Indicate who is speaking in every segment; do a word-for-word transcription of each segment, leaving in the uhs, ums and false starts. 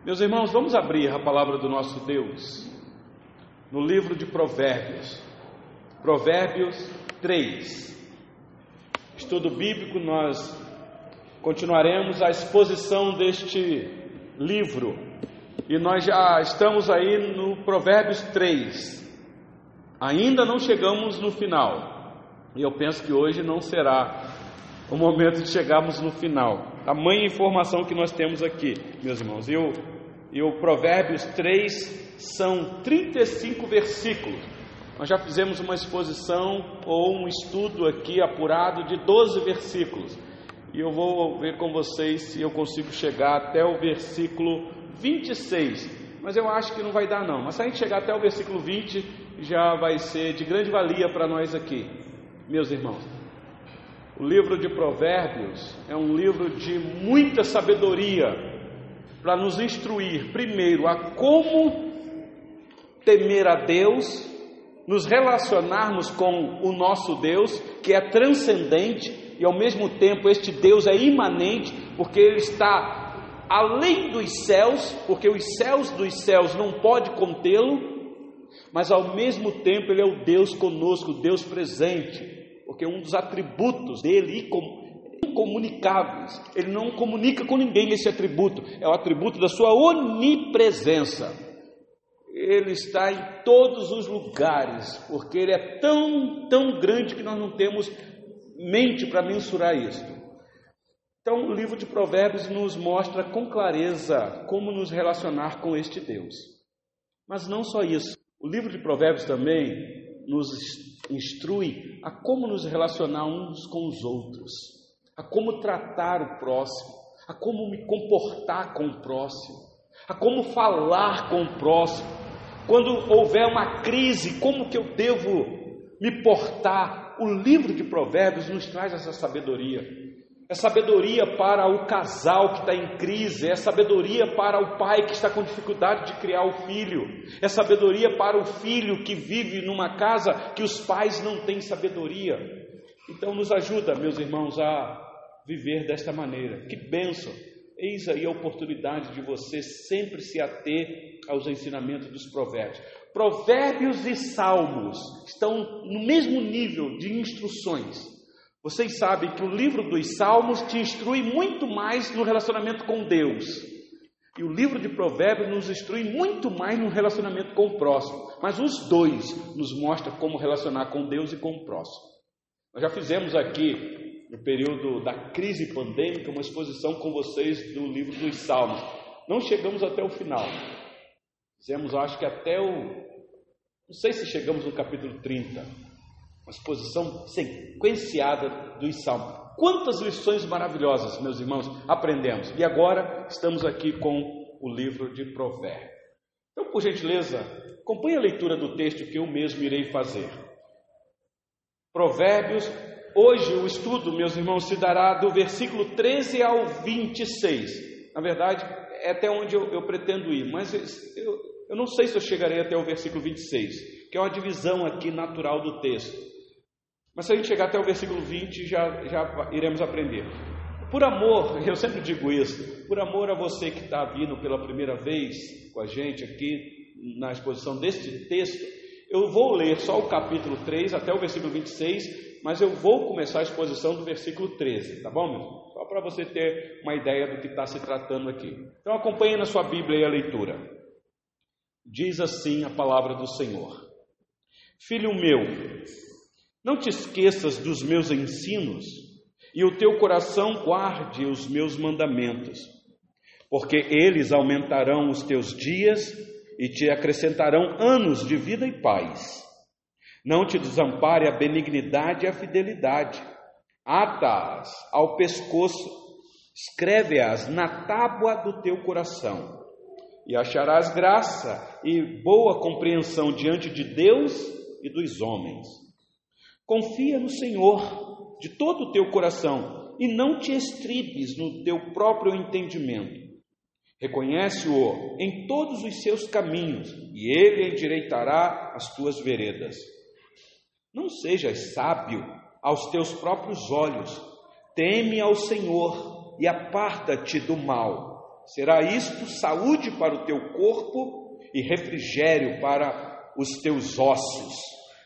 Speaker 1: Meus irmãos, vamos abrir a palavra do nosso Deus no livro de Provérbios, Provérbios três. Estudo bíblico, nós continuaremos a exposição deste livro e nós já estamos aí no Provérbios três. Ainda não chegamos no final e eu penso que hoje não será o momento de chegarmos no final. Tamanha informação que nós temos aqui, meus irmãos. E o, e o Provérbios três são trinta e cinco versículos. Nós já fizemos uma exposição ou um estudo aqui apurado de doze versículos. E eu vou ver com vocês se eu consigo chegar até o versículo vinte e seis. Mas eu acho que não vai dar não. Mas se a gente chegar até o versículo vinte, já vai ser de grande valia para nós aqui, meus irmãos. O livro de Provérbios é um livro de muita sabedoria para nos instruir, primeiro, a como temer a Deus, nos relacionarmos com o nosso Deus, que é transcendente, e ao mesmo tempo este Deus é imanente, porque Ele está além dos céus, porque os céus dos céus não podem contê-lo, mas ao mesmo tempo Ele é o Deus conosco, o Deus presente, porque um dos atributos dele incomunicáveis, ele não comunica com ninguém esse atributo, é o atributo da sua onipresença. Ele está em todos os lugares, porque ele é tão, tão grande que nós não temos mente para mensurar isso. Então o livro de Provérbios nos mostra com clareza como nos relacionar com este Deus. Mas não só isso, o livro de Provérbios também nos instrui a como nos relacionar uns com os outros, a como tratar o próximo, a como me comportar com o próximo, a como falar com o próximo. Quando houver uma crise, como que eu devo me portar? O livro de Provérbios nos traz essa sabedoria. É sabedoria para o casal que está em crise, é sabedoria para o pai que está com dificuldade de criar o filho, é sabedoria para o filho que vive numa casa que os pais não têm sabedoria. Então nos ajuda, meus irmãos, a viver desta maneira. Que bênção! Eis aí a oportunidade de você sempre se ater aos ensinamentos dos provérbios. Provérbios e salmos estão no mesmo nível de instruções. Vocês sabem que o livro dos Salmos te instrui muito mais no relacionamento com Deus. E o livro de Provérbios nos instrui muito mais no relacionamento com o próximo. Mas os dois nos mostram como relacionar com Deus e com o próximo. Nós já fizemos aqui, no período da crise pandêmica, uma exposição com vocês do livro dos Salmos. Não chegamos até o final. Fizemos, acho que até o... Não sei se chegamos no capítulo trinta. Uma exposição sequenciada dos Salmos. Quantas lições maravilhosas, meus irmãos, aprendemos. E agora estamos aqui com o livro de Provérbios. Então, por gentileza, acompanhe a leitura do texto que eu mesmo irei fazer. Provérbios, hoje o estudo, meus irmãos, se dará do versículo treze ao vinte e seis. Na verdade, é até onde eu, eu pretendo ir, mas eu, eu não sei se eu chegarei até o versículo vinte e seis, que é uma divisão aqui natural do texto. Mas se a gente chegar até o versículo vinte, já, já iremos aprender. Por amor, eu sempre digo isso, por amor a você que está vindo pela primeira vez com a gente aqui na exposição deste texto, eu vou ler só o capítulo três até o versículo vinte e seis, mas eu vou começar a exposição do versículo treze, tá bom, meu irmão? Só para você ter uma ideia do que está se tratando aqui. Então acompanhe na sua Bíblia aí a leitura. Diz assim a palavra do Senhor: Filho meu, não te esqueças dos meus ensinos, e o teu coração guarde os meus mandamentos, porque eles aumentarão os teus dias e te acrescentarão anos de vida e paz. Não te desampare a benignidade e a fidelidade. Ata-as ao pescoço, escreve-as na tábua do teu coração, e acharás graça e boa compreensão diante de Deus e dos homens. Confia no Senhor de todo o teu coração e não te estribes no teu próprio entendimento. Reconhece-o em todos os seus caminhos e ele endireitará as tuas veredas. Não sejas sábio aos teus próprios olhos, teme ao Senhor e aparta-te do mal. Será isto saúde para o teu corpo e refrigério para os teus ossos.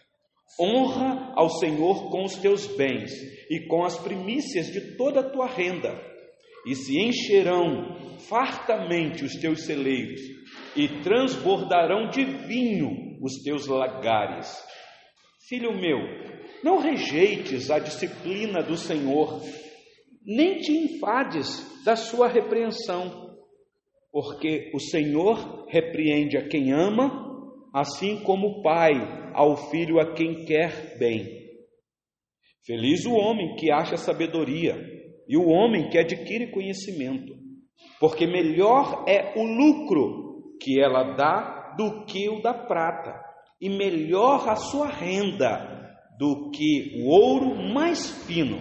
Speaker 1: Honra ao Senhor com os teus bens e com as primícias de toda a tua renda, e se encherão fartamente os teus celeiros, e transbordarão de vinho os teus lagares. Filho meu, não rejeites a disciplina do Senhor, nem te enfades da sua repreensão, porque o Senhor repreende a quem ama, assim como o pai ao filho a quem quer bem. Feliz o homem que acha sabedoria e o homem que adquire conhecimento, porque melhor é o lucro que ela dá do que o da prata, e melhor a sua renda do que o ouro mais fino.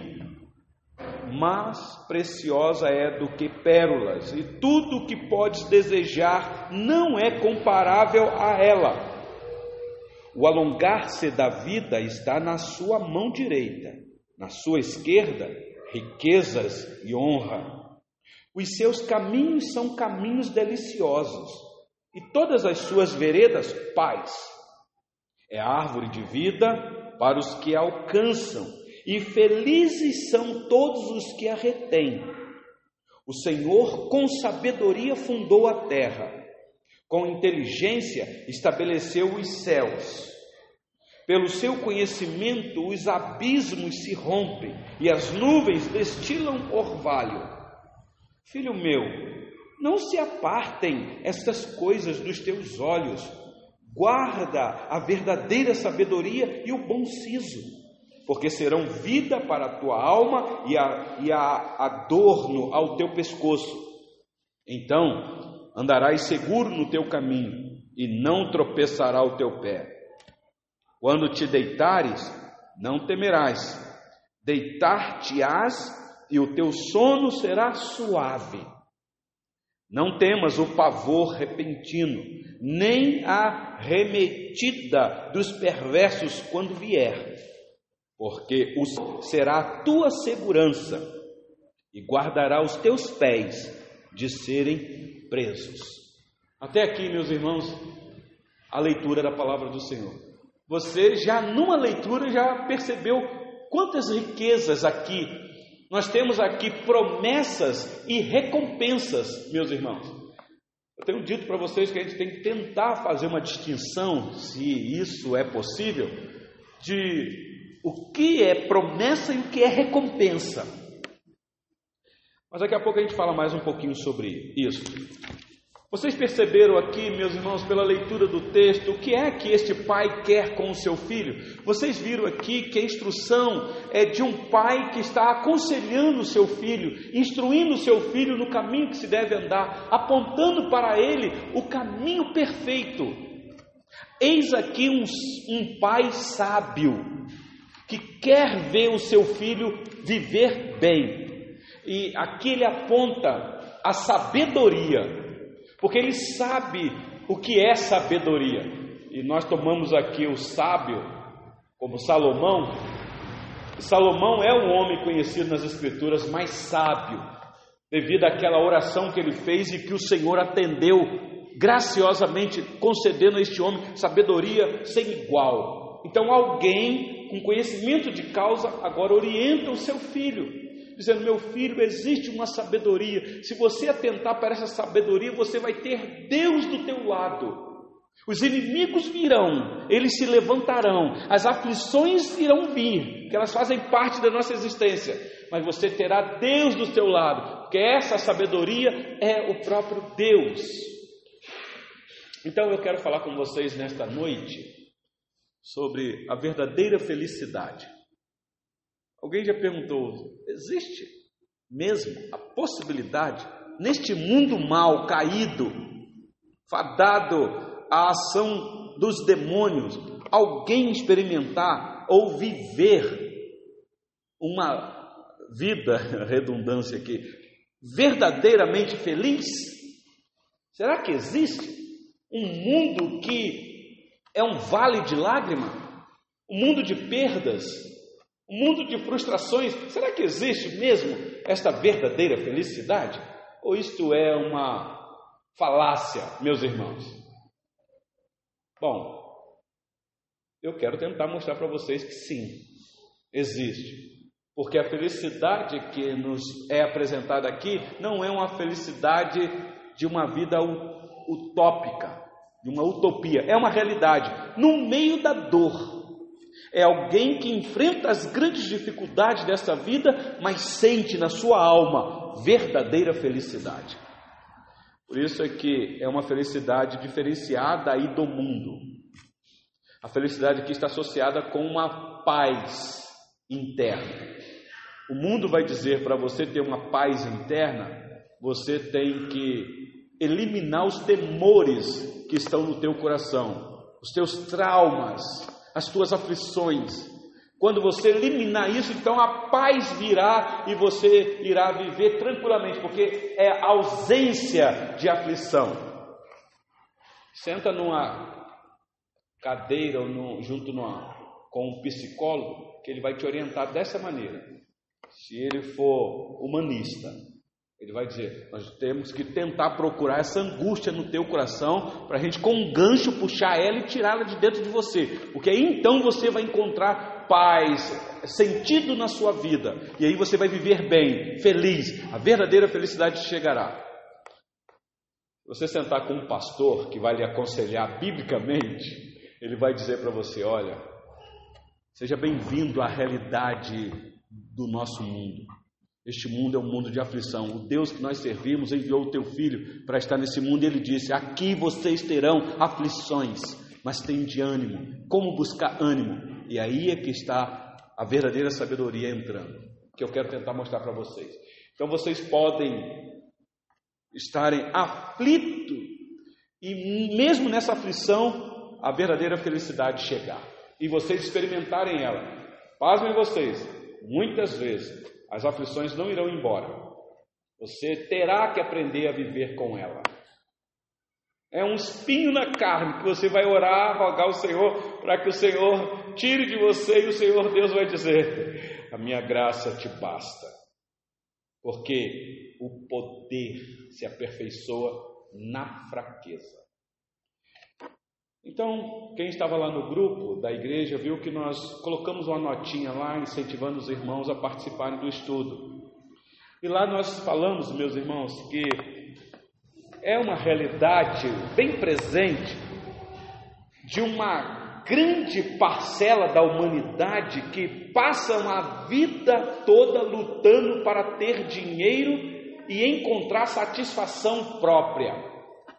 Speaker 1: Mais preciosa é do que pérolas, e tudo o que podes desejar não é comparável a ela. O alongar-se da vida está na sua mão direita, na sua esquerda, riquezas e honra. Os seus caminhos são caminhos deliciosos, e todas as suas veredas, paz. É árvore de vida para os que a alcançam, e felizes são todos os que a retêm. O Senhor com sabedoria fundou a terra, com inteligência estabeleceu os céus. Pelo seu conhecimento os abismos se rompem, e as nuvens destilam orvalho. Filho meu, não se apartem estas coisas dos teus olhos. Guarda a verdadeira sabedoria e o bom siso, porque serão vida para a tua alma e, a, e a, adorno ao teu pescoço. Então andarás seguro no teu caminho, e não tropeçará o teu pé. Quando te deitares, não temerás. Deitar-te-ás, e o teu sono será suave. Não temas o pavor repentino, nem a remetida dos perversos quando vier, porque o será a tua segurança, e guardará os teus pés de serem presos. Até aqui, meus irmãos, a leitura da palavra do Senhor. Você já numa leitura já percebeu quantas riquezas aqui. Nós temos aqui promessas e recompensas, meus irmãos. Eu tenho dito para vocês que a gente tem que tentar fazer uma distinção, se isso é possível, de o que é promessa e o que é recompensa. Mas daqui a pouco a gente fala mais um pouquinho sobre isso. Vocês perceberam aqui, meus irmãos, pela leitura do texto, o que é que este pai quer com o seu filho? Vocês viram aqui que a instrução é de um pai que está aconselhando o seu filho, instruindo o seu filho no caminho que se deve andar, apontando para ele o caminho perfeito. Eis aqui um, um pai sábio, que quer ver o seu filho viver bem. E aqui ele aponta a sabedoria, porque ele sabe o que é sabedoria. E nós tomamos aqui o sábio como Salomão. Salomão é o homem conhecido nas Escrituras mais sábio, devido àquela oração que ele fez e que o Senhor atendeu graciosamente, concedendo a este homem sabedoria sem igual. Então alguém com conhecimento de causa agora orienta o seu filho, dizendo: meu filho, existe uma sabedoria. Se você atentar para essa sabedoria, você vai ter Deus do teu lado. Os inimigos virão, eles se levantarão, as aflições irão vir, que elas fazem parte da nossa existência, mas você terá Deus do teu lado, porque essa sabedoria é o próprio Deus. Então eu quero falar com vocês nesta noite sobre a verdadeira felicidade. Alguém já perguntou, existe mesmo a possibilidade, neste mundo mal, caído, fadado à ação dos demônios, alguém experimentar ou viver uma vida, redundância aqui, verdadeiramente feliz? Será que existe um mundo que é um vale de lágrima, um mundo de perdas, um mundo de frustrações? Será que existe mesmo esta verdadeira felicidade? Ou isto é uma falácia, meus irmãos? Bom, eu quero tentar mostrar para vocês que sim, existe. Porque a felicidade que nos é apresentada aqui não é uma felicidade de uma vida utópica, de uma utopia, é uma realidade, no meio da dor. É alguém que enfrenta as grandes dificuldades dessa vida, mas sente na sua alma verdadeira felicidade. Por isso é que é uma felicidade diferenciada aí do mundo. A felicidade aqui está associada com uma paz interna. O mundo vai dizer para você ter uma paz interna, você tem que eliminar os temores que estão no teu coração, os teus traumas, as tuas aflições. Quando você eliminar isso, então a paz virá e você irá viver tranquilamente, porque é a ausência de aflição. Senta numa cadeira ou no, junto numa, com um psicólogo, que ele vai te orientar dessa maneira. Se ele for humanista, ele vai dizer, nós temos que tentar procurar essa angústia no teu coração, para a gente com um gancho puxar ela e tirá-la de dentro de você, porque aí então você vai encontrar paz, sentido na sua vida, e aí você vai viver bem, feliz, a verdadeira felicidade chegará. Você sentar com um pastor que vai lhe aconselhar biblicamente, ele vai dizer para você, olha, seja bem-vindo à realidade do nosso mundo. Este mundo é um mundo de aflição. O Deus que nós servimos enviou o teu filho para estar nesse mundo, e ele disse, aqui vocês terão aflições, mas tenham de ânimo. Como buscar ânimo? E aí é que está a verdadeira sabedoria entrando, que eu quero tentar mostrar para vocês. Então vocês podem estarem aflitos, e mesmo nessa aflição, a verdadeira felicidade chegar, e vocês experimentarem ela. Pasmem vocês, muitas vezes as aflições não irão embora. Você terá que aprender a viver com ela. É um espinho na carne que você vai orar, rogar ao Senhor, para que o Senhor tire de você, e o Senhor Deus vai dizer, a minha graça te basta. Porque o poder se aperfeiçoa na fraqueza. Então, quem estava lá no grupo da igreja viu que nós colocamos uma notinha lá, incentivando os irmãos a participarem do estudo. E lá nós falamos, meus irmãos, que é uma realidade bem presente de uma grande parcela da humanidade que passam a vida toda lutando para ter dinheiro e encontrar satisfação própria.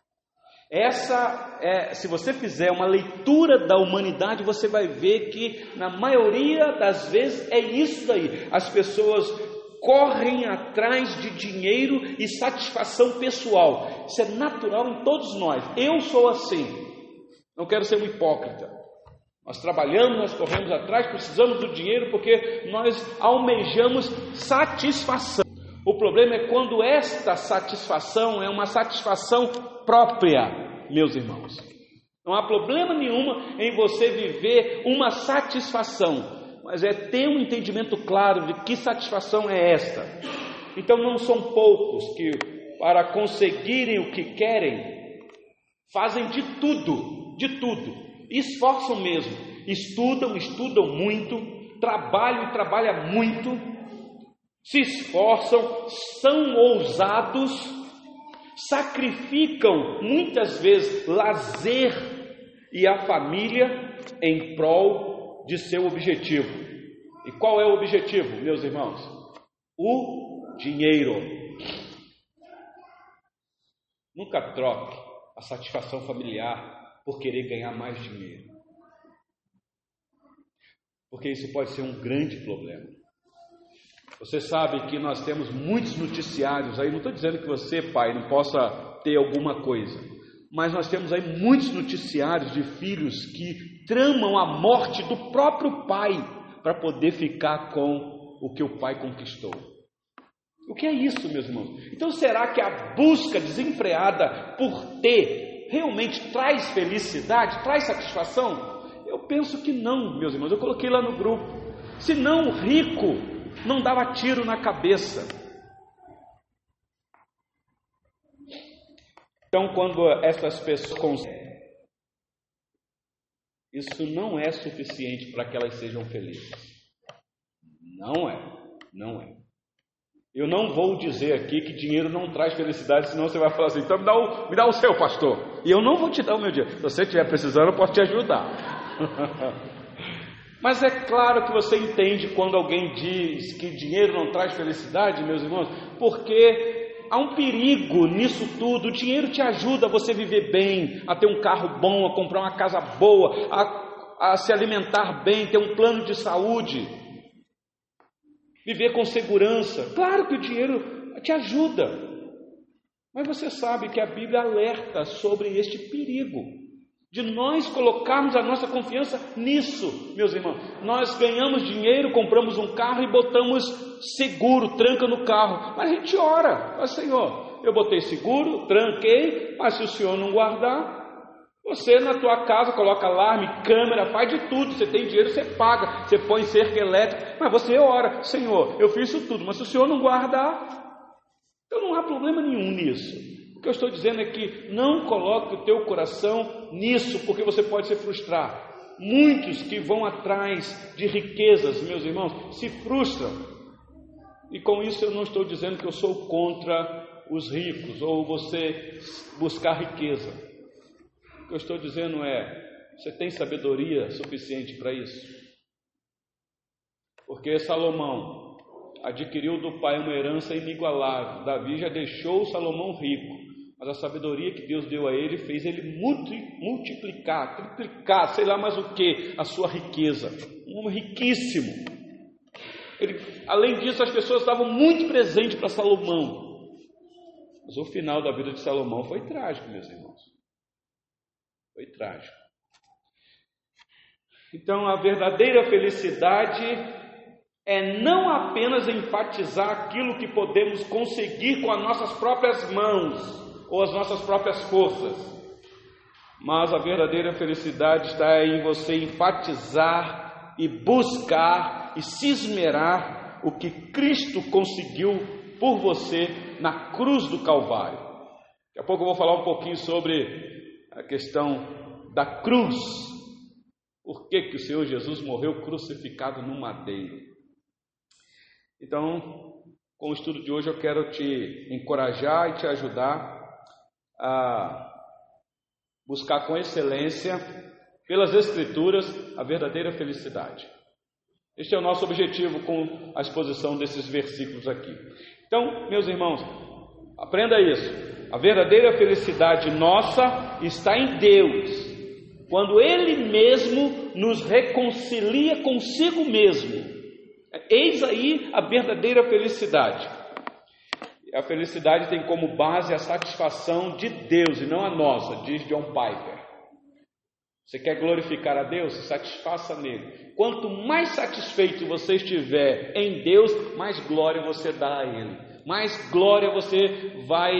Speaker 1: Essa, é, se você fizer uma leitura da humanidade, você vai ver que na maioria das vezes é isso aí. As pessoas correm atrás de dinheiro e satisfação pessoal. Isso é natural em todos nós. Eu sou assim. Não quero ser um hipócrita. Nós trabalhamos, nós corremos atrás, precisamos do dinheiro porque nós almejamos satisfação. O problema é quando esta satisfação é uma satisfação própria, meus irmãos. Não há problema nenhum em você viver uma satisfação, mas é ter um entendimento claro de que satisfação é esta. Então não são poucos que, para conseguirem o que querem, fazem de tudo, de tudo, esforçam mesmo, estudam, estudam muito, trabalham e trabalham muito, se esforçam, são ousados, sacrificam muitas vezes lazer e a família em prol de seu objetivo. E qual é o objetivo, meus irmãos? O dinheiro. Nunca troque a satisfação familiar por querer ganhar mais dinheiro, porque isso pode ser um grande problema. Você sabe que nós temos muitos noticiários aí, não estou dizendo que você, pai, não possa ter alguma coisa, mas nós temos aí muitos noticiários de filhos que tramam a morte do próprio pai para poder ficar com o que o pai conquistou. O que é isso, meus irmãos? Então será que a busca desenfreada por ter realmente traz felicidade, traz satisfação? Eu penso que não, meus irmãos. Eu coloquei lá no grupo, se não o rico não dava tiro na cabeça. Então, quando essas pessoas conseguem, isso não é suficiente para que elas sejam felizes. Não é, não é. Eu não vou dizer aqui que dinheiro não traz felicidade, senão você vai falar assim, então me dá o, me dá o seu, pastor. E eu não vou te dar o meu dinheiro. Se você estiver precisando, eu posso te ajudar. Mas é claro que você entende quando alguém diz que dinheiro não traz felicidade, meus irmãos, porque há um perigo nisso tudo. O dinheiro te ajuda a você viver bem, a ter um carro bom, a comprar uma casa boa, a, a se alimentar bem, ter um plano de saúde, viver com segurança. Claro que o dinheiro te ajuda, mas você sabe que a Bíblia alerta sobre este perigo de nós colocarmos a nossa confiança nisso, meus irmãos. Nós ganhamos dinheiro, compramos um carro e botamos seguro, tranca no carro, mas a gente ora, fala, Senhor, eu botei seguro, tranquei, mas se o Senhor não guardar, você na tua casa coloca alarme, câmera, faz de tudo. Você tem dinheiro, você paga, você põe cerca elétrica, mas você ora, Senhor, eu fiz isso tudo, mas se o Senhor não guardar, então não há problema nenhum nisso. O que eu estou dizendo é que não coloque o teu coração nisso, porque você pode se frustrar. Muitos que vão atrás de riquezas, meus irmãos, se frustram. E com isso eu não estou dizendo que eu sou contra os ricos, ou você buscar riqueza. O que eu estou dizendo é, você tem sabedoria suficiente para isso? Porque Salomão adquiriu do pai uma herança inigualável. Davi já deixou Salomão rico, mas a sabedoria que Deus deu a ele fez ele multiplicar, triplicar, sei lá mais o que, a sua riqueza. Um homem riquíssimo. Ele, além disso, as pessoas estavam muito presentes para Salomão. Mas o final da vida de Salomão foi trágico, meus irmãos. Foi trágico. Então, a verdadeira felicidade é não apenas enfatizar aquilo que podemos conseguir com as nossas próprias mãos ou as nossas próprias forças, mas a verdadeira felicidade está em você enfatizar e buscar e se esmerar o que Cristo conseguiu por você na cruz do Calvário. Daqui a pouco eu vou falar um pouquinho sobre a questão da cruz. Por que que o Senhor Jesus morreu crucificado no madeiro? Então, com o estudo de hoje eu quero te encorajar e te ajudar a buscar com excelência, pelas Escrituras, a verdadeira felicidade. Este é o nosso objetivo com a exposição desses versículos aqui. Então, meus irmãos, aprenda isso. A verdadeira felicidade nossa está em Deus, quando Ele mesmo nos reconcilia consigo mesmo. Eis aí a verdadeira felicidade. A felicidade tem como base a satisfação de Deus e não a nossa, diz John Piper. Você quer glorificar a Deus? Se satisfaça nele. Quanto mais satisfeito você estiver em Deus, mais glória você dá a Ele. Mais glória você vai,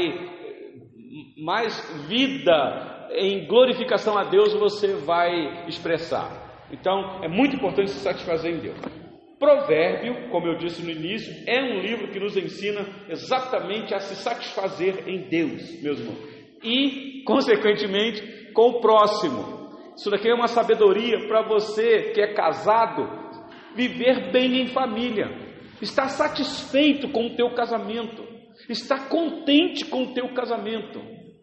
Speaker 1: mais vida em glorificação a Deus você vai expressar. Então, é muito importante se satisfazer em Deus. Provérbio, como eu disse no início, é um livro que nos ensina exatamente a se satisfazer em Deus, meus irmãos, e, consequentemente, com o próximo. Isso daqui é uma sabedoria para você que é casado, viver bem em família, estar satisfeito com o teu casamento, estar contente com o teu casamento.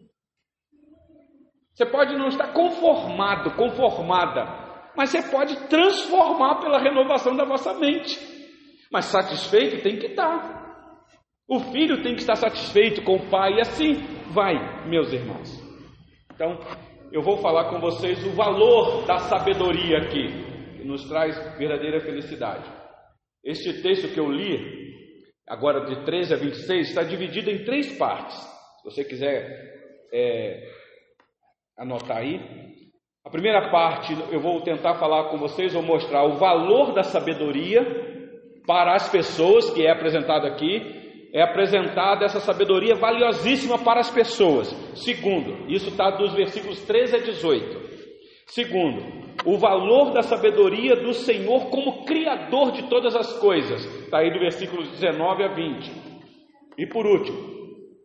Speaker 1: Você pode não estar conformado, conformada, mas você pode transformar pela renovação da vossa mente. Mas satisfeito tem que estar. O filho tem que estar satisfeito com o pai, e assim vai, meus irmãos. Então, eu vou falar com vocês o valor da sabedoria aqui, que nos traz verdadeira felicidade. Este texto que eu li, agora de treze a vinte e seis, está dividido em três partes. Se você quiser é, anotar aí. A primeira parte eu vou tentar falar com vocês, vou mostrar o valor da sabedoria para as pessoas, que é apresentado aqui. É apresentada essa sabedoria valiosíssima para as pessoas. Segundo, isso está dos versículos treze a dezoito. Segundo, o valor da sabedoria do Senhor como Criador de todas as coisas. Está aí do versículo dezenove a vinte. E por último,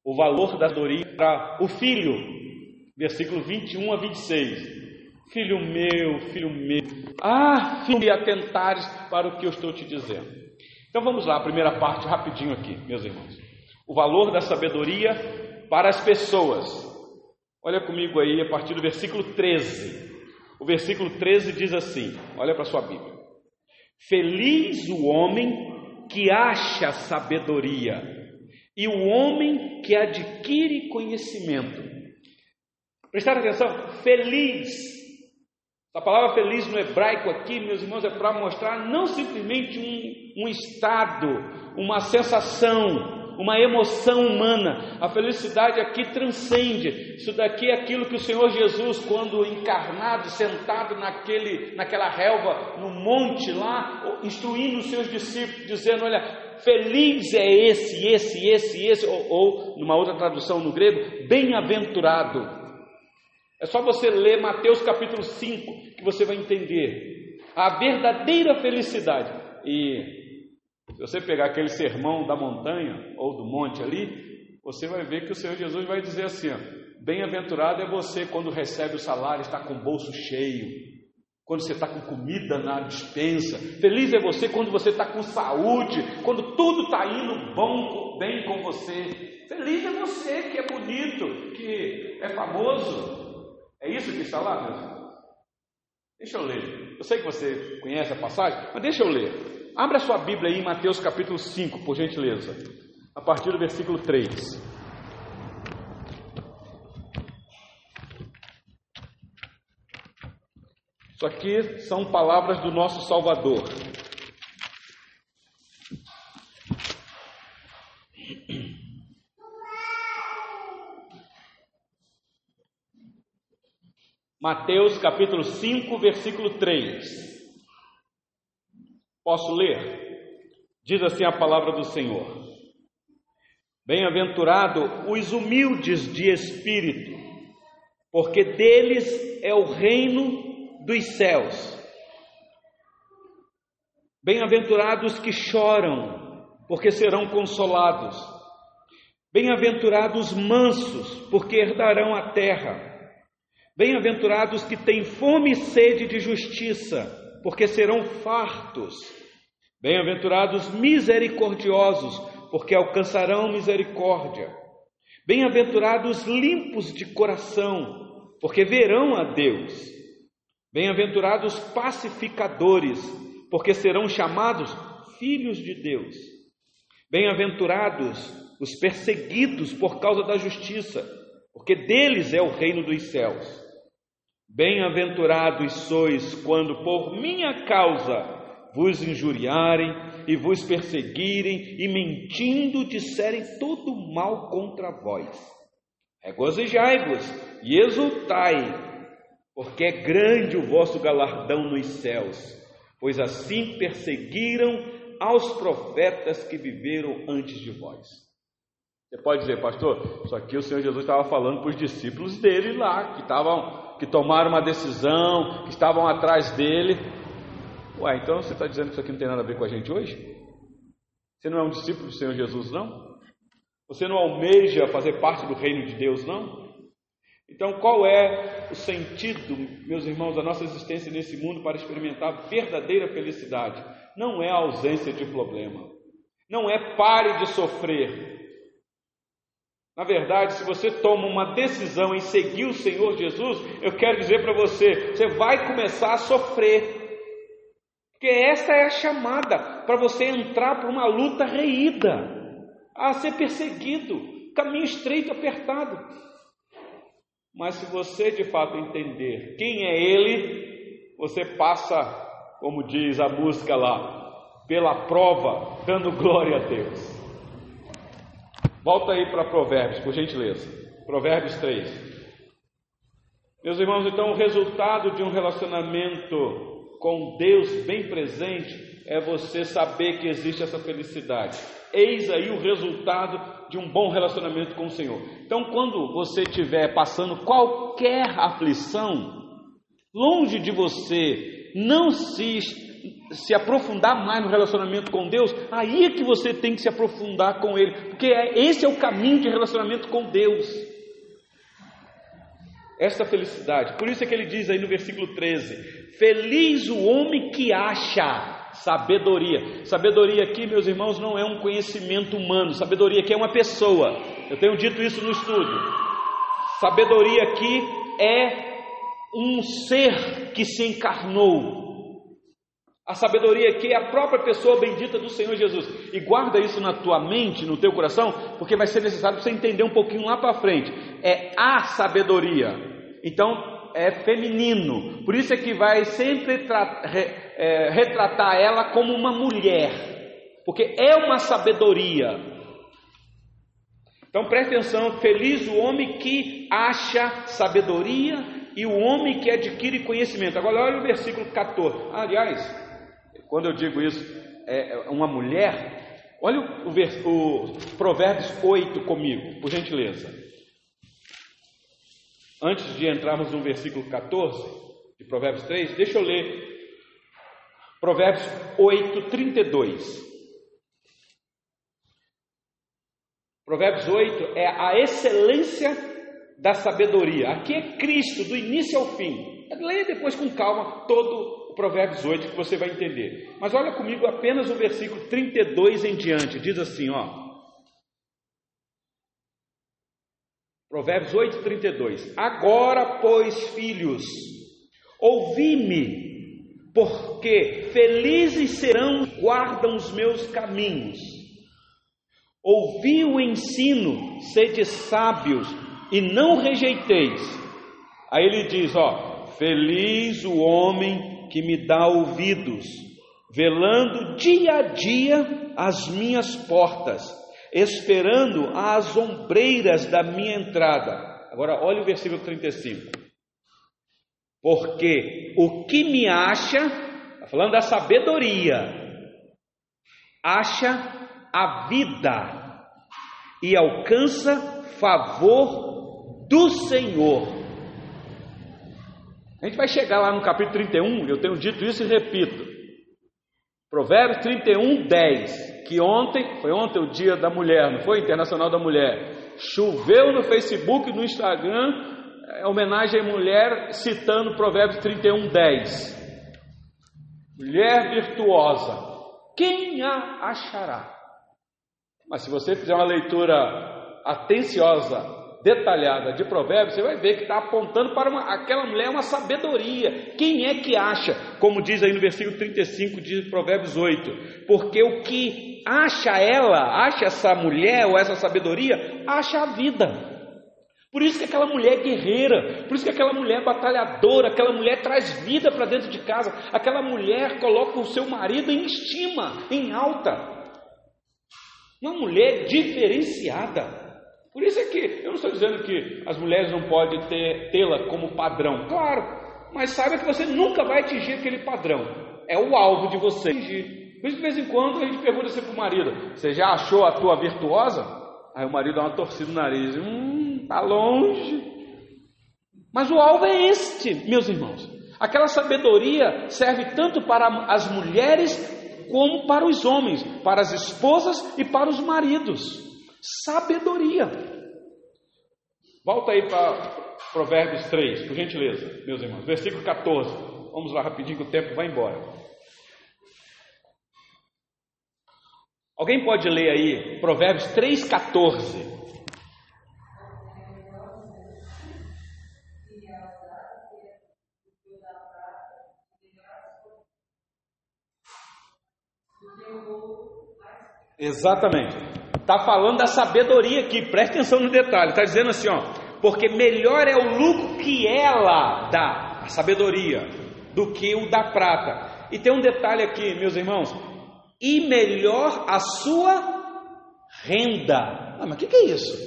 Speaker 1: o valor da sabedoria para o filho, versículo vinte e um a vinte e seis. Filho meu, filho meu, ah, filho, e atentares para o que eu estou te dizendo. Então vamos lá, a primeira parte, rapidinho aqui, meus irmãos. O valor da sabedoria para as pessoas. Olha comigo aí, a partir do versículo treze. O versículo treze diz assim, olha para a sua Bíblia. Feliz o homem que acha sabedoria e o homem que adquire conhecimento. Prestaram atenção? Feliz. A palavra feliz no hebraico aqui, meus irmãos, é para mostrar não simplesmente um, um estado, uma sensação, uma emoção humana. A felicidade aqui transcende. Isso daqui é aquilo que o Senhor Jesus, quando encarnado, sentado naquele, naquela relva, no monte lá, instruindo os seus discípulos, dizendo, olha, feliz é esse, esse, esse, esse, ou, ou numa outra tradução no grego, bem-aventurado. É só você ler Mateus capítulo cinco, que você vai entender a verdadeira felicidade. E se você pegar aquele sermão da montanha, ou do monte ali, você vai ver que o Senhor Jesus vai dizer assim, ó, bem-aventurado é você quando recebe o salário, está com o bolso cheio, quando você está com comida na despensa. Feliz é você quando você está com saúde, quando tudo está indo bom, bem com você. Feliz é você que é bonito, que é famoso. É isso que está lá, meus irmãos? Deixa eu ler. Eu sei que você conhece a passagem, mas deixa eu ler. Abra sua Bíblia aí em Mateus capítulo cinco, por gentileza, a partir do versículo três. Isso aqui são palavras do nosso Salvador. Mateus capítulo cinco, versículo três. Posso ler? Diz assim a palavra do Senhor. Bem-aventurado os humildes de espírito, porque deles é o reino dos céus. Bem-aventurados que choram, porque serão consolados. Bem-aventurados mansos, porque herdarão a terra. Bem-aventurados que têm fome e sede de justiça, porque serão fartos. Bem-aventurados misericordiosos, porque alcançarão misericórdia. Bem-aventurados limpos de coração, porque verão a Deus. Bem-aventurados pacificadores, porque serão chamados filhos de Deus. Bem-aventurados os perseguidos por causa da justiça, porque deles é o reino dos céus. Bem-aventurados sois quando por minha causa vos injuriarem e vos perseguirem e mentindo disserem todo mal contra vós. Regozijai-vos e exultai, porque é grande o vosso galardão nos céus, pois assim perseguiram aos profetas que viveram antes de vós. Você pode dizer, pastor, isso aqui o Senhor Jesus estava falando para os discípulos dele lá, que estavam, que tomaram uma decisão, que estavam atrás dele. Ué, então você está dizendo que isso aqui não tem nada a ver com a gente hoje? Você não é um discípulo do Senhor Jesus, não? Você não almeja fazer parte do reino de Deus, não? Então qual é o sentido, meus irmãos, da nossa existência nesse mundo para experimentar verdadeira felicidade? Não é a ausência de problema, não é pare de sofrer. Na verdade, se você toma uma decisão em seguir o Senhor Jesus, eu quero dizer para você, você vai começar a sofrer, porque essa é a chamada para você entrar para uma luta reída, a ser perseguido, caminho estreito, apertado. Mas se você de fato entender quem é Ele, você passa, como diz a música lá, pela prova, dando glória a Deus. Volta aí para Provérbios, por gentileza. Provérbios três. Meus irmãos, então o resultado de um relacionamento com Deus bem presente é você saber que existe essa felicidade. Eis aí o resultado de um bom relacionamento com o Senhor. Então, quando você estiver passando qualquer aflição, longe de você não se se aprofundar mais no relacionamento com Deus, aí é que você tem que se aprofundar com Ele, porque é, esse é o caminho de relacionamento com Deus. Essa felicidade, por isso é que ele diz aí no versículo treze: feliz o homem que acha sabedoria. Sabedoria aqui, meus irmãos, não é um conhecimento humano, sabedoria aqui é uma pessoa. Eu tenho dito isso no estudo. Sabedoria aqui é um ser que se encarnou. A sabedoria aqui é a própria pessoa bendita do Senhor Jesus. E guarda isso na tua mente, no teu coração, porque vai ser necessário você entender um pouquinho lá para frente. É a sabedoria. Então é feminino. Por isso é que vai sempre tra- re- é, retratar ela como uma mulher, porque é uma sabedoria. Então preste atenção: feliz o homem que acha sabedoria e o homem que adquire conhecimento. Agora olha o versículo catorze. Aliás, quando eu digo isso, é uma mulher, olha o, o, o Provérbios oito comigo, por gentileza. Antes de entrarmos no versículo catorze de Provérbios três, deixa eu ler Provérbios oito, trinta e dois. Provérbios oito é a excelência da sabedoria. Aqui é Cristo, do início ao fim. Leia depois com calma todo o Provérbios oito que você vai entender. Mas olha comigo apenas o versículo trinta e dois em diante. Diz assim, ó. Provérbios oito, trinta e dois. Agora, pois, filhos, ouvi-me, porque felizes serão os que guardam os meus caminhos. Ouvi o ensino, sede sábios, e não rejeiteis. Aí ele diz, ó, feliz o homem que me dá ouvidos, velando dia a dia as minhas portas, esperando as ombreiras da minha entrada. Agora olha o versículo trinta e cinco. Porque o que me acha, está falando da sabedoria, acha a vida e alcança favor do Senhor. A gente vai chegar lá no capítulo trinta e um, eu tenho dito isso e repito. Provérbios trinta e um, dez, que ontem, foi ontem o dia da mulher, não foi? Internacional da Mulher. Choveu no Facebook e no Instagram, é, homenagem à mulher, citando Provérbios trinta e um, dez. Mulher virtuosa, quem a achará? Mas se você fizer uma leitura atenciosa, detalhada de Provérbios, você vai ver que está apontando para uma, aquela mulher uma sabedoria. Quem é que acha? Como diz aí no versículo trinta e cinco de Provérbios oito. Porque o que acha ela, acha essa mulher ou essa sabedoria, acha a vida. Por isso que aquela mulher é guerreira, por isso que aquela mulher é batalhadora, aquela mulher traz vida para dentro de casa, aquela mulher coloca o seu marido em estima, em alta. Uma mulher diferenciada. Por isso é que eu não estou dizendo que as mulheres não podem ter, tê-la como padrão, claro, mas saiba que você nunca vai atingir aquele padrão, é o alvo de você atingir. Por isso de vez em quando a gente pergunta assim para o marido, você já achou a tua virtuosa? Aí o marido dá uma torcida no nariz, hum, tá longe. Mas o alvo é este, meus irmãos. Aquela sabedoria serve tanto para as mulheres como para os homens, para as esposas e para os maridos. Sabedoria. Volta aí para Provérbios três, por gentileza, meus irmãos, versículo catorze. Vamos lá rapidinho que o tempo vai embora. Alguém pode ler aí Provérbios três, catorze? Exatamente. Está falando da sabedoria aqui, preste atenção no detalhe. Está dizendo assim, ó, porque melhor é o lucro que ela dá, a sabedoria, do que o da prata. E tem um detalhe aqui, meus irmãos, e melhor a sua renda. Ah, mas o que, que é isso?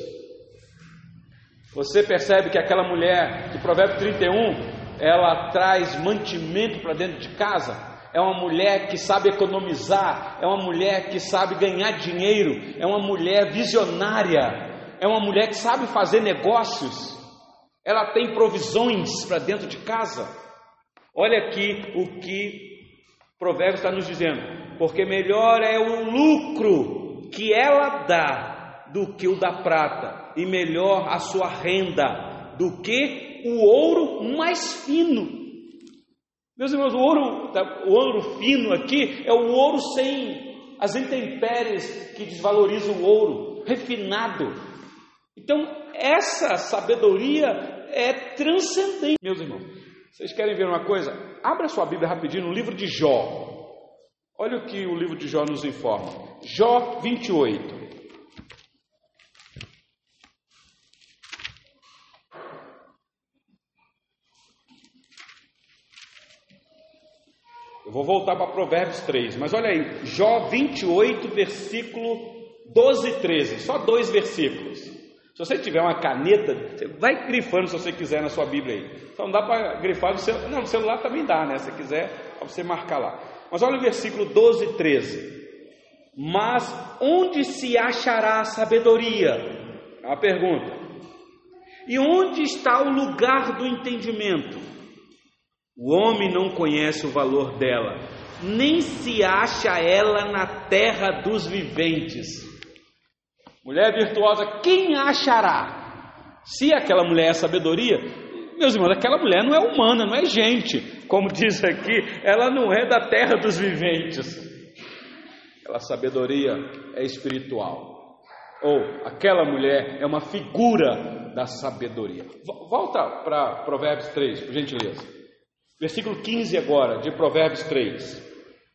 Speaker 1: Você percebe que aquela mulher do Provérbio trinta e um, ela traz mantimento para dentro de casa? É uma mulher que sabe economizar, é uma mulher que sabe ganhar dinheiro, é uma mulher visionária, é uma mulher que sabe fazer negócios, ela tem provisões para dentro de casa. Olha aqui o que Provérbios está nos dizendo, porque melhor é o lucro que ela dá do que o da prata, e melhor a sua renda do que o ouro mais fino. Meus irmãos, o ouro, o ouro fino aqui é o ouro sem as intempéries que desvalorizam o ouro, refinado. Então, essa sabedoria é transcendente. Meus irmãos, vocês querem ver uma coisa? Abra sua Bíblia rapidinho no livro de Jó. Olha o que o livro de Jó nos informa. Jó vinte e oito. Eu vou voltar para Provérbios três, mas olha aí, Jó vinte e oito, versículo doze e treze, só dois versículos. Se você tiver uma caneta, você vai grifando se você quiser na sua Bíblia aí. Só não dá para grifar no celular, não, no celular também dá, né? Se quiser, para você marcar lá. Mas olha o versículo doze e treze. Mas onde se achará a sabedoria? É uma pergunta. E onde está o lugar do entendimento? O homem não conhece o valor dela, nem se acha ela na terra dos viventes. Mulher virtuosa, quem a achará? Se aquela mulher é sabedoria, meus irmãos, aquela mulher não é humana, não é gente. Como diz aqui, ela não é da terra dos viventes. Aquela sabedoria é espiritual. Ou aquela mulher é uma figura da sabedoria. Volta para Provérbios três, por gentileza. Versículo quinze agora, de Provérbios três.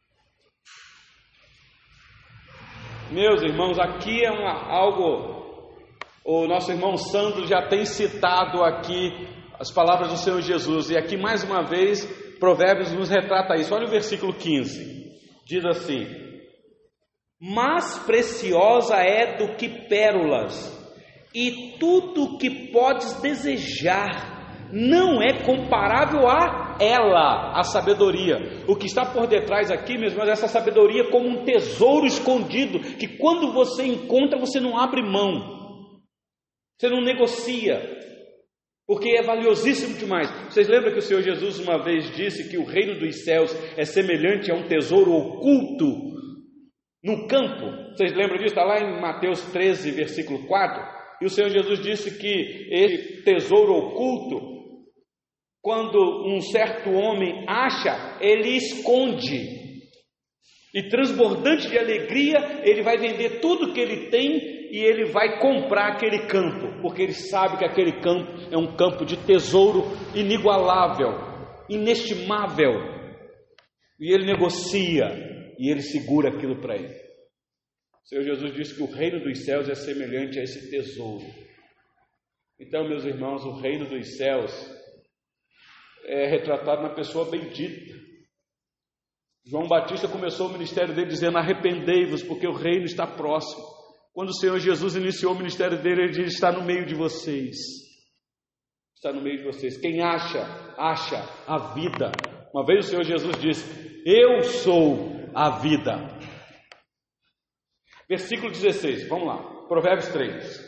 Speaker 1: Meus irmãos, aqui é uma, algo, o nosso irmão Sandro já tem citado aqui as palavras do Senhor Jesus, e aqui mais uma vez, Provérbios nos retrata isso. Olha o versículo quinze, diz assim: mas preciosa é do que pérolas, e tudo que podes desejar, não é comparável a ela, a sabedoria. O que está por detrás aqui, meus irmãos, essa sabedoria como um tesouro escondido, que quando você encontra, você não abre mão, você não negocia, porque é valiosíssimo demais. Vocês lembram que o Senhor Jesus uma vez disse que o reino dos céus é semelhante a um tesouro oculto no campo? Vocês lembram disso? Está lá em Mateus treze, versículo quatro. E o Senhor Jesus disse que esse tesouro oculto, quando um certo homem acha, ele esconde. E transbordante de alegria, ele vai vender tudo que ele tem e ele vai comprar aquele campo, porque ele sabe que aquele campo é um campo de tesouro inigualável, inestimável. E ele negocia e ele segura aquilo para ele. O Senhor Jesus disse que o reino dos céus é semelhante a esse tesouro. Então, meus irmãos, o reino dos céus é retratado na pessoa bendita. João Batista começou o ministério dele dizendo: arrependei-vos, porque o reino está próximo. Quando o Senhor Jesus iniciou o ministério dele, ele disse: está no meio de vocês. Está no meio de vocês. Quem acha, acha a vida. Uma vez o Senhor Jesus disse: eu sou a vida. Versículo dezesseis, vamos lá, Provérbios três.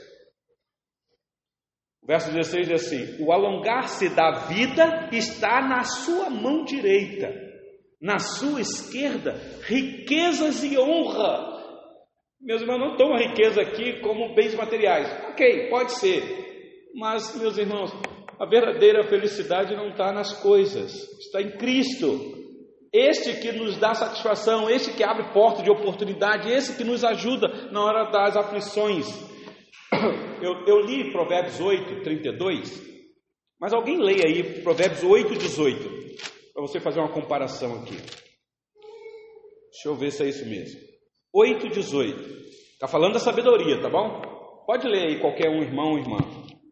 Speaker 1: Verso dezesseis diz assim: o alongar-se da vida está na sua mão direita, na sua esquerda, riquezas e honra. Meus irmãos, não estão a riqueza aqui como bens materiais. Ok, pode ser. Mas, meus irmãos, a verdadeira felicidade não está nas coisas, está em Cristo. Este que nos dá satisfação, este que abre porta de oportunidade, esse que nos ajuda na hora das aflições. Eu, eu li Provérbios oito, trinta e dois, mas alguém leia aí Provérbios oito, dezoito, para você fazer uma comparação aqui. Deixa eu ver se é isso mesmo. oito, dezoito. Está falando da sabedoria, tá bom? Pode ler aí qualquer um, irmão ou irmã.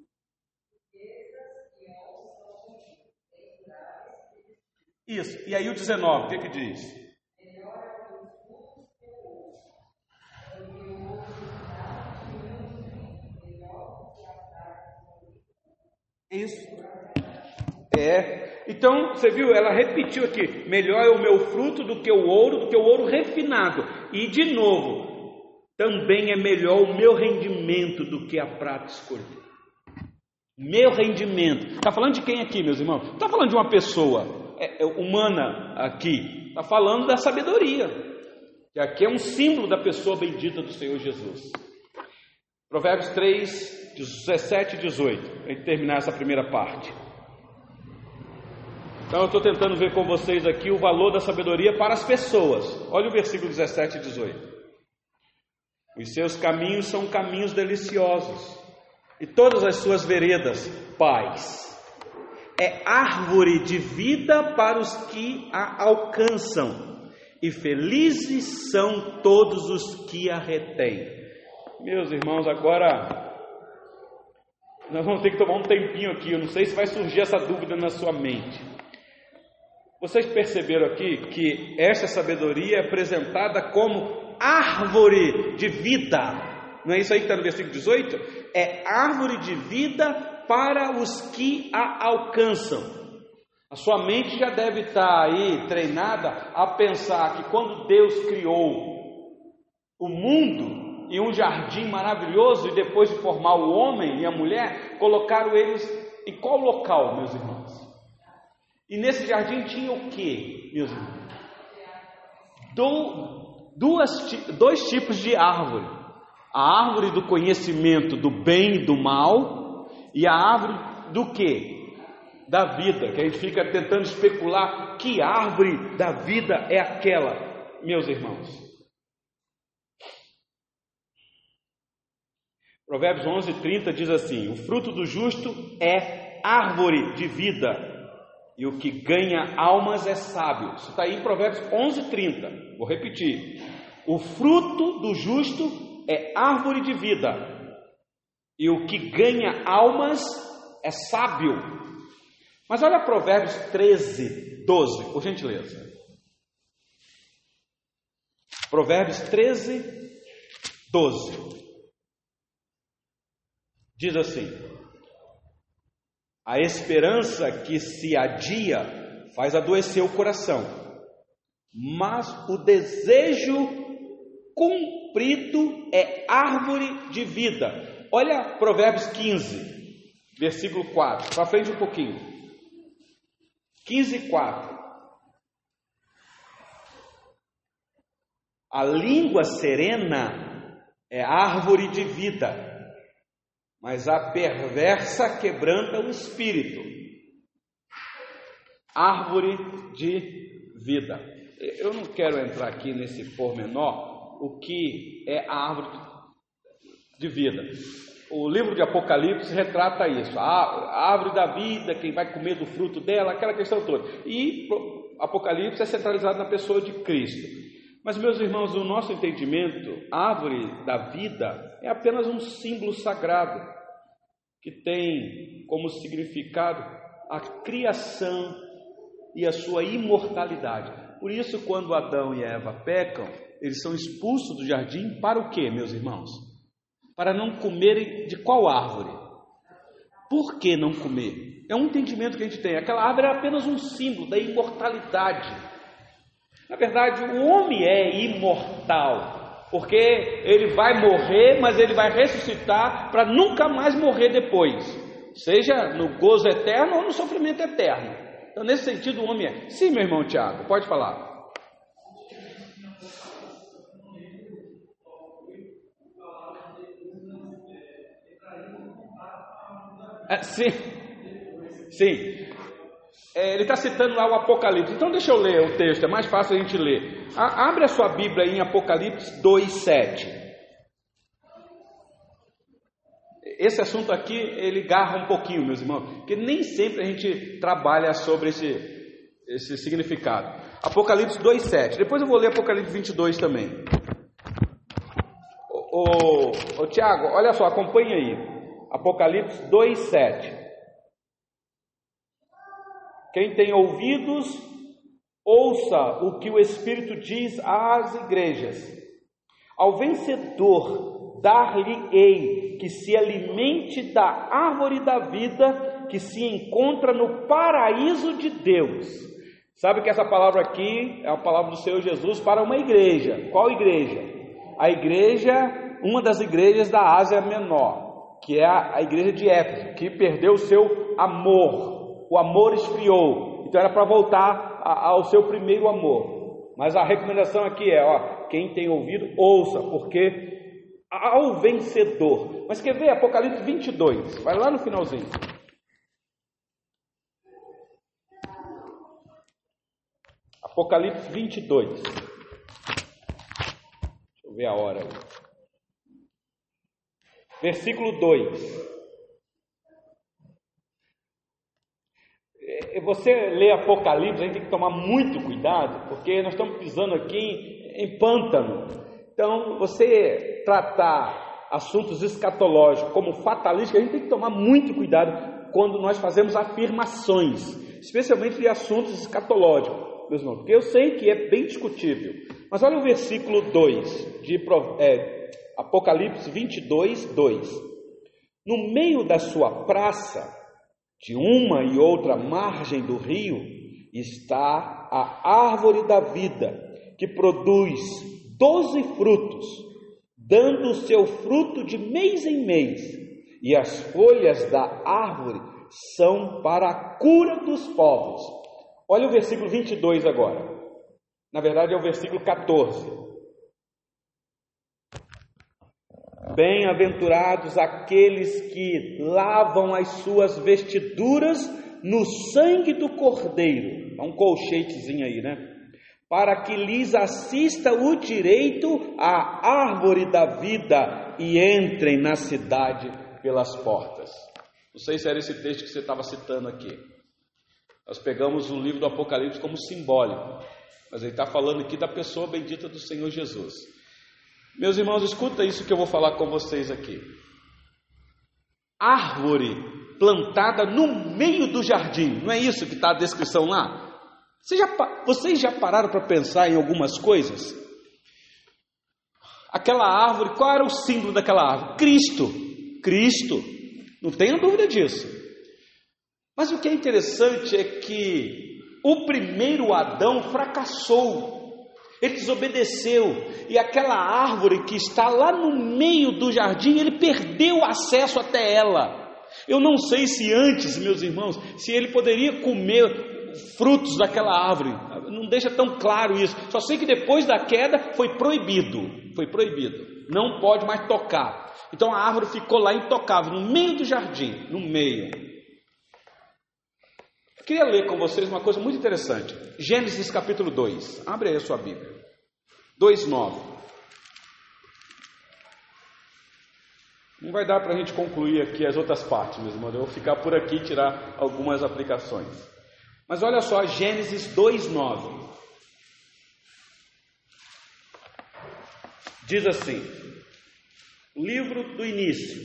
Speaker 1: Isso, e aí o dezenove, o que que diz? Isso. É. Então, você viu, ela repetiu aqui: melhor é o meu fruto do que o ouro, do que o ouro refinado. E de novo, também é melhor o meu rendimento do que a prata escolhida. Meu rendimento. Está falando de quem aqui, meus irmãos? Está falando de uma pessoa é, é, humana aqui. está falando da sabedoria, que aqui é um símbolo da pessoa bendita do Senhor Jesus. Provérbios três, dezessete e dezoito, para terminar essa primeira parte. Então eu estou tentando ver com vocês aqui o valor da sabedoria para as pessoas. Olha o versículo dezessete e dezoito. Os seus caminhos são caminhos deliciosos, e todas as suas veredas, paz. É árvore de vida para os que a alcançam, e felizes são todos os que a retêm. Meus irmãos, agora nós vamos ter que tomar um tempinho aqui. Eu não sei se vai surgir essa dúvida na sua mente. Vocês perceberam aqui que esta sabedoria é apresentada como árvore de vida? Não é isso aí que está no versículo dezoito? É árvore de vida para os que a alcançam. A sua mente já deve estar aí treinada a pensar que quando Deus criou o mundo e um jardim maravilhoso, e depois de formar o homem e a mulher, colocaram eles em qual local, meus irmãos? E nesse jardim tinha o que, meus irmãos? Do, duas, dois tipos de árvore. A árvore do conhecimento do bem e do mal, e a árvore do que? Da vida, que a gente fica tentando especular que árvore da vida é aquela, meus irmãos. Provérbios onze, trinta diz assim: o fruto do justo é árvore de vida, e o que ganha almas é sábio. Isso está aí em Provérbios onze, trinta. Vou repetir: o fruto do justo é árvore de vida, e o que ganha almas é sábio. Mas olha Provérbios treze, doze, por gentileza. Provérbios treze, doze. Diz assim: a esperança que se adia faz adoecer o coração, mas o desejo cumprido é árvore de vida. Olha Provérbios quinze, versículo quatro, para frente um pouquinho. quinze, quatro. A língua serena é árvore de vida, mas a perversa quebranta o espírito. Árvore de vida. Eu não quero entrar aqui nesse pormenor, o que é a árvore de vida. O livro de Apocalipse retrata isso, a árvore da vida, quem vai comer do fruto dela, aquela questão toda. E Apocalipse é centralizado na pessoa de Cristo. Mas, meus irmãos, no nosso entendimento, a árvore da vida é apenas um símbolo sagrado, que tem como significado a criação e a sua imortalidade. Por isso, quando Adão e Eva pecam, eles são expulsos do jardim para o quê, meus irmãos? Para não comerem de qual árvore? Por que não comer? É um entendimento que a gente tem. Aquela árvore é apenas um símbolo da imortalidade. Na verdade, o homem é imortal, porque ele vai morrer, mas ele vai ressuscitar para nunca mais morrer depois, seja no gozo eterno ou no sofrimento eterno. Então, nesse sentido, o homem é. Sim, meu irmão Tiago, pode falar. É, sim, sim. É, ele está citando lá o Apocalipse. Então deixa eu ler o texto, é mais fácil a gente ler. A, abre a sua Bíblia aí em Apocalipse dois, sete. Esse assunto aqui, ele garra um pouquinho, meus irmãos, porque nem sempre a gente trabalha sobre esse, esse significado. Apocalipse dois, sete. Depois eu vou ler Apocalipse vinte e dois também. Ô, ô, ô Tiago, olha só, acompanha aí. Apocalipse dois, sete. Quem tem ouvidos, ouça o que o Espírito diz às igrejas. Ao vencedor, dar-lhe-ei que se alimente da árvore da vida que se encontra no paraíso de Deus. Sabe que essa palavra aqui é a palavra do Senhor Jesus para uma igreja. Qual igreja? A igreja, uma das igrejas da Ásia Menor, que é a, a igreja de Éfeso, que perdeu o seu amor. O amor esfriou, então era para voltar a, ao seu primeiro amor. Mas a recomendação aqui é, ó, quem tem ouvido, ouça, porque ao vencedor. Mas quer ver Apocalipse vinte e dois? Vai lá no finalzinho. Apocalipse vinte e dois. Deixa eu ver a hora aí. Versículo dois. Você lê Apocalipse, a gente tem que tomar muito cuidado, porque nós estamos pisando aqui em, em pântano. Então, você tratar assuntos escatológicos como fatalísticos, a gente tem que tomar muito cuidado quando nós fazemos afirmações, especialmente de assuntos escatológicos, meus irmãos, porque eu sei que é bem discutível. Mas olha o versículo dois de é, Apocalipse vinte e dois, dois. No meio da sua praça, de uma e outra margem do rio, está a árvore da vida, que produz doze frutos, dando o seu fruto de mês em mês, e as folhas da árvore são para a cura dos povos. Olha o versículo vinte e dois agora. Na verdade é o versículo quatorze. Bem-aventurados aqueles que lavam as suas vestiduras no sangue do Cordeiro. Dá um colchetezinho aí, né? Para que lhes assista o direito à árvore da vida e entrem na cidade pelas portas. Não sei se era esse texto que você estava citando aqui. Nós pegamos o livro do Apocalipse como simbólico, mas ele está falando aqui da pessoa bendita do Senhor Jesus. Meus irmãos, escuta isso que eu vou falar com vocês aqui. Árvore plantada no meio do jardim, não é isso que está a descrição lá? Vocês já, vocês já pararam para pensar em algumas coisas? Aquela árvore, qual era o símbolo daquela árvore? Cristo, Cristo, não tenha dúvida disso. Mas o que é interessante é que o primeiro Adão fracassou. Ele desobedeceu, e aquela árvore que está lá no meio do jardim, ele perdeu acesso até ela. Eu não sei se antes, meus irmãos, se ele poderia comer frutos daquela árvore, não deixa tão claro isso. Só sei que depois da queda foi proibido, foi proibido, não pode mais tocar. Então a árvore ficou lá intocável, no meio do jardim, no meio. Queria ler com vocês uma coisa muito interessante. Gênesis capítulo dois. Abre aí a sua Bíblia. dois, nove. Não vai dar para a gente concluir aqui as outras partes, meus irmãos. Eu vou ficar por aqui e tirar algumas aplicações. Mas olha só, Gênesis dois, nove. Diz assim, o livro do início,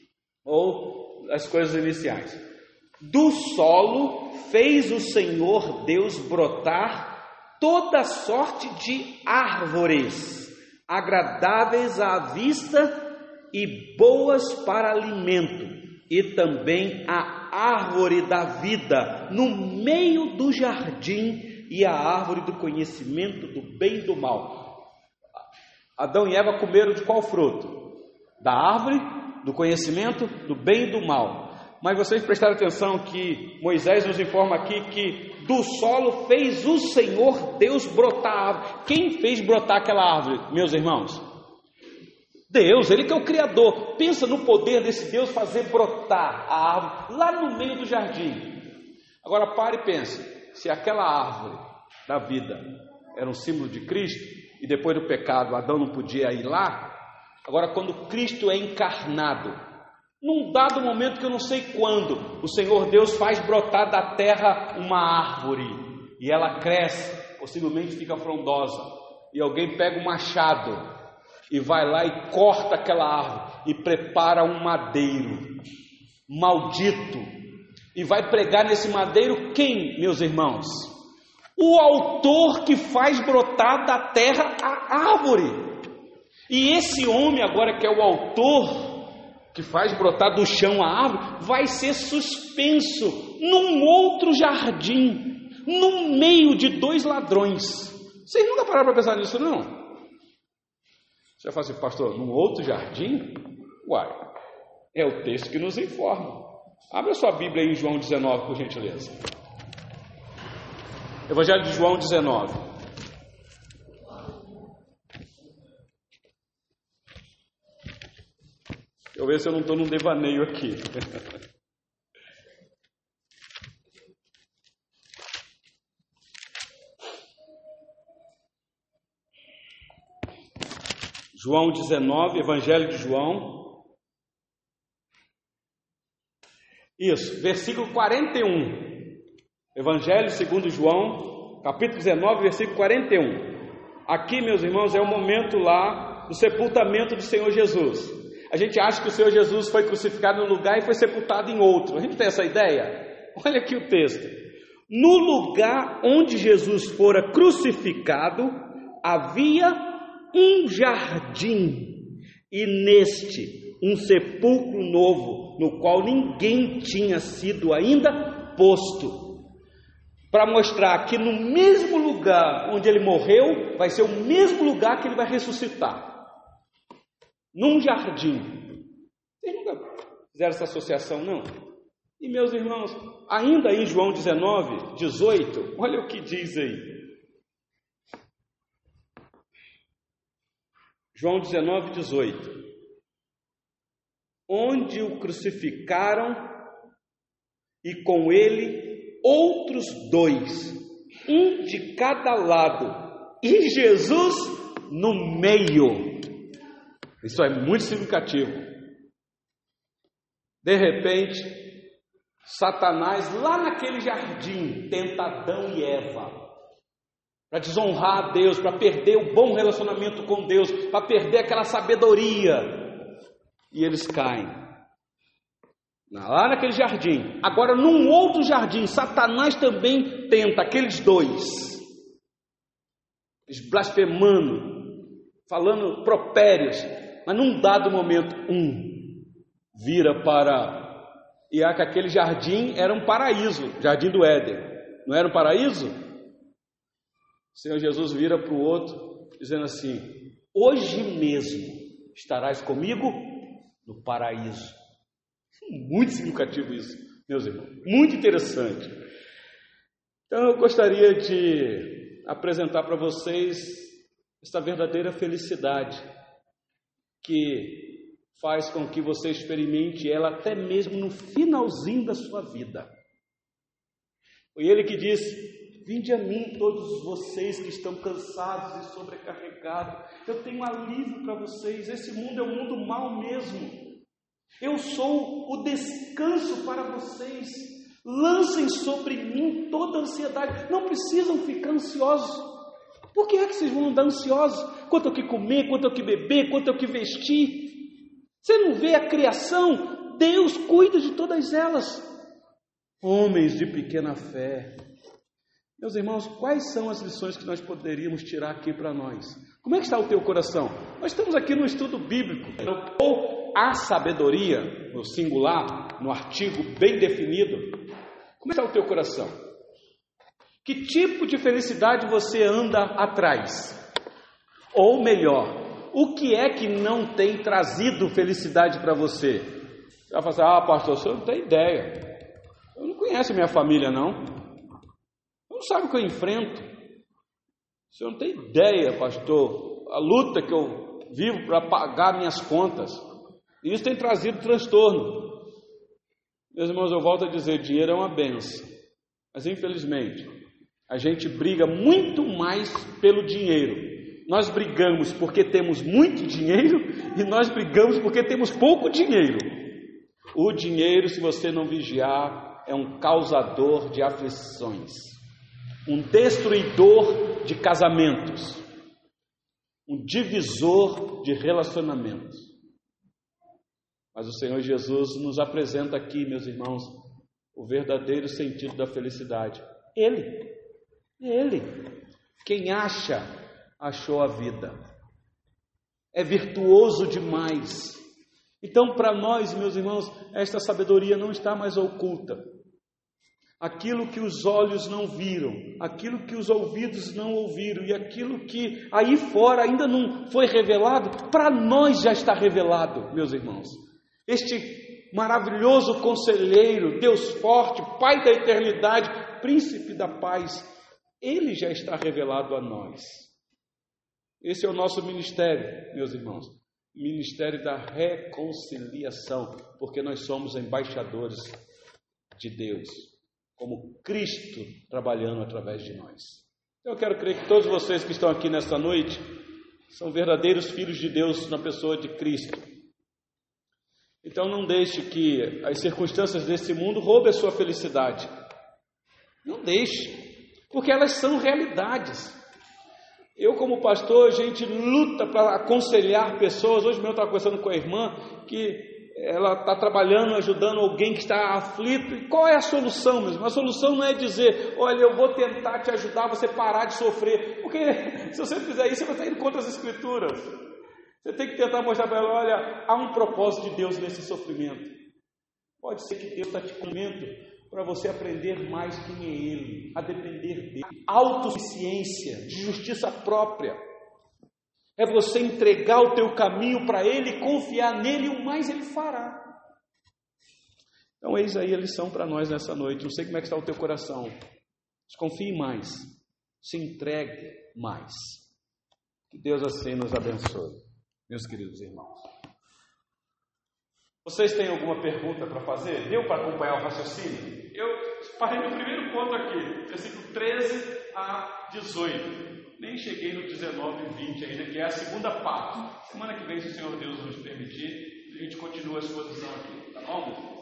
Speaker 1: ou as coisas iniciais. Do solo fez o Senhor Deus brotar toda sorte de árvores, agradáveis à vista e boas para alimento, e também a árvore da vida no meio do jardim e a árvore do conhecimento do bem e do mal. Adão e Eva comeram de qual fruto? Da árvore do conhecimento do bem e do mal. Mas vocês prestaram atenção que Moisés nos informa aqui que do solo fez o Senhor Deus brotar a árvore. Quem fez brotar aquela árvore, meus irmãos? Deus, Ele que é o Criador. Pensa no poder desse Deus fazer brotar a árvore lá no meio do jardim. Agora pare e pense, se aquela árvore da vida era um símbolo de Cristo, e depois do pecado Adão não podia ir lá, agora quando Cristo é encarnado, num dado momento que eu não sei quando, o Senhor Deus faz brotar da terra uma árvore, e ela cresce, possivelmente fica frondosa, e alguém pega um machado, e vai lá e corta aquela árvore, e prepara um madeiro, maldito, e vai pregar nesse madeiro quem, meus irmãos? O autor que faz brotar da terra a árvore, e esse homem agora que é o autor, que faz brotar do chão a árvore, vai ser suspenso num outro jardim, no meio de dois ladrões. Vocês nunca pararam para pensar nisso, não? Você fala assim, pastor, num outro jardim? Uai, é o texto que nos informa. Abra sua Bíblia aí em João dezenove, por gentileza. Evangelho de João dezenove. eu ver se eu não estou num devaneio aqui. João dezenove, Evangelho de João. Isso, versículo quarenta e um. Evangelho segundo João, capítulo dezenove, versículo quarenta e um. Aqui, meus irmãos, é o momento lá do sepultamento do Senhor Jesus. A gente acha que o Senhor Jesus foi crucificado num lugar e foi sepultado em outro. A gente tem essa ideia? Olha aqui o texto. No lugar onde Jesus fora crucificado, havia um jardim, e neste um sepulcro novo, no qual ninguém tinha sido ainda posto, para mostrar que no mesmo lugar onde ele morreu, vai ser o mesmo lugar que ele vai ressuscitar, num jardim. Vocês nunca fizeram essa associação, não? E meus irmãos, ainda em João dezenove, dezoito, olha o que diz aí. João dezenove, dezoito. Onde o crucificaram e com ele outros dois, um de cada lado, e Jesus no meio. Isso é muito significativo. De repente, Satanás lá naquele jardim tenta Adão e Eva, para desonrar a Deus, para perder o bom relacionamento com Deus, para perder aquela sabedoria, e eles caem lá naquele jardim. Agora num outro jardim, Satanás também tenta aqueles dois, eles blasfemando, falando propérios, mas num dado momento um vira para, e é que aquele jardim era um paraíso, jardim do Éden, não era um paraíso? O Senhor Jesus vira para o outro, dizendo assim: hoje mesmo estarás comigo no paraíso. Muito significativo isso, meus irmãos, muito interessante. Então eu gostaria de apresentar para vocês esta verdadeira felicidade, que faz com que você experimente ela até mesmo no finalzinho da sua vida. Foi ele que disse: vinde a mim todos vocês que estão cansados e sobrecarregados, eu tenho alívio para vocês. Esse mundo é um mundo mau mesmo, eu sou o descanso para vocês. Lancem sobre mim toda a ansiedade, não precisam ficar ansiosos. Por que é que vocês vão andar ansiosos? Quanto ao que comer, quanto ao que beber, quanto ao que vestir? Você não vê a criação? Deus cuida de todas elas. Homens de pequena fé. Meus irmãos, quais são as lições que nós poderíamos tirar aqui para nós? Como é que está o teu coração? Nós estamos aqui no estudo bíblico, ou a sabedoria, no singular, no artigo bem definido. Como é que está o teu coração? Que tipo de felicidade você anda atrás? Ou melhor, o que é que não tem trazido felicidade para você? Você vai falar assim: ah, pastor, você não tem ideia. Eu não conheço minha família, não. Não sabe o que eu enfrento. O senhor não tem ideia, pastor, a luta que eu vivo para pagar minhas contas. E isso tem trazido transtorno. Meus irmãos, eu volto a dizer, dinheiro é uma benção. Mas infelizmente, a gente briga muito mais pelo dinheiro. Nós brigamos porque temos muito dinheiro e nós brigamos porque temos pouco dinheiro. O dinheiro, se você não vigiar, é um causador de aflições, um destruidor de casamentos, um divisor de relacionamentos. Mas o Senhor Jesus nos apresenta aqui, meus irmãos, o verdadeiro sentido da felicidade. Ele, Ele, quem acha, achou a vida. É virtuoso demais. Então, para nós, meus irmãos, esta sabedoria não está mais oculta. Aquilo que os olhos não viram, aquilo que os ouvidos não ouviram e aquilo que aí fora ainda não foi revelado, para nós já está revelado, meus irmãos. Este maravilhoso conselheiro, Deus forte, Pai da eternidade, Príncipe da paz, Ele já está revelado a nós. Esse é o nosso ministério, meus irmãos. ministério da reconciliação, porque nós somos embaixadores de Deus, como Cristo trabalhando através de nós. Eu quero crer que todos vocês que estão aqui nesta noite são verdadeiros filhos de Deus na pessoa de Cristo. Então não deixe que as circunstâncias desse mundo roubem a sua felicidade. Não deixe, porque elas são realidades. Eu, como pastor, a gente luta para aconselhar pessoas. Hoje mesmo eu estava conversando com a irmã que ela está trabalhando, ajudando alguém que está aflito. E qual é a solução mesmo? A solução não é dizer, olha, eu vou tentar te ajudar a você parar de sofrer, porque se você fizer isso, você vai estar indo contra as Escrituras. Você tem que tentar mostrar para ela, olha, há um propósito de Deus nesse sofrimento. Pode ser que Deus está te comendo para você aprender mais quem é Ele, a depender dele. Autossuficiência, de justiça própria. É você entregar o teu caminho para Ele, confiar nele, e o mais Ele fará. Então eis aí a lição para nós nessa noite. Não sei como é que está o teu coração. Desconfie mais. Se entregue mais. Que Deus assim nos abençoe. Meus queridos irmãos. Vocês têm alguma pergunta para fazer? Deu para acompanhar o raciocínio? Eu parei no primeiro ponto aqui, versículo treze a dezoito. Nem cheguei no dezenove e vinte ainda, que é a segunda parte. Semana que vem, se o Senhor Deus nos permitir, a gente continua a exposição aqui, tá bom?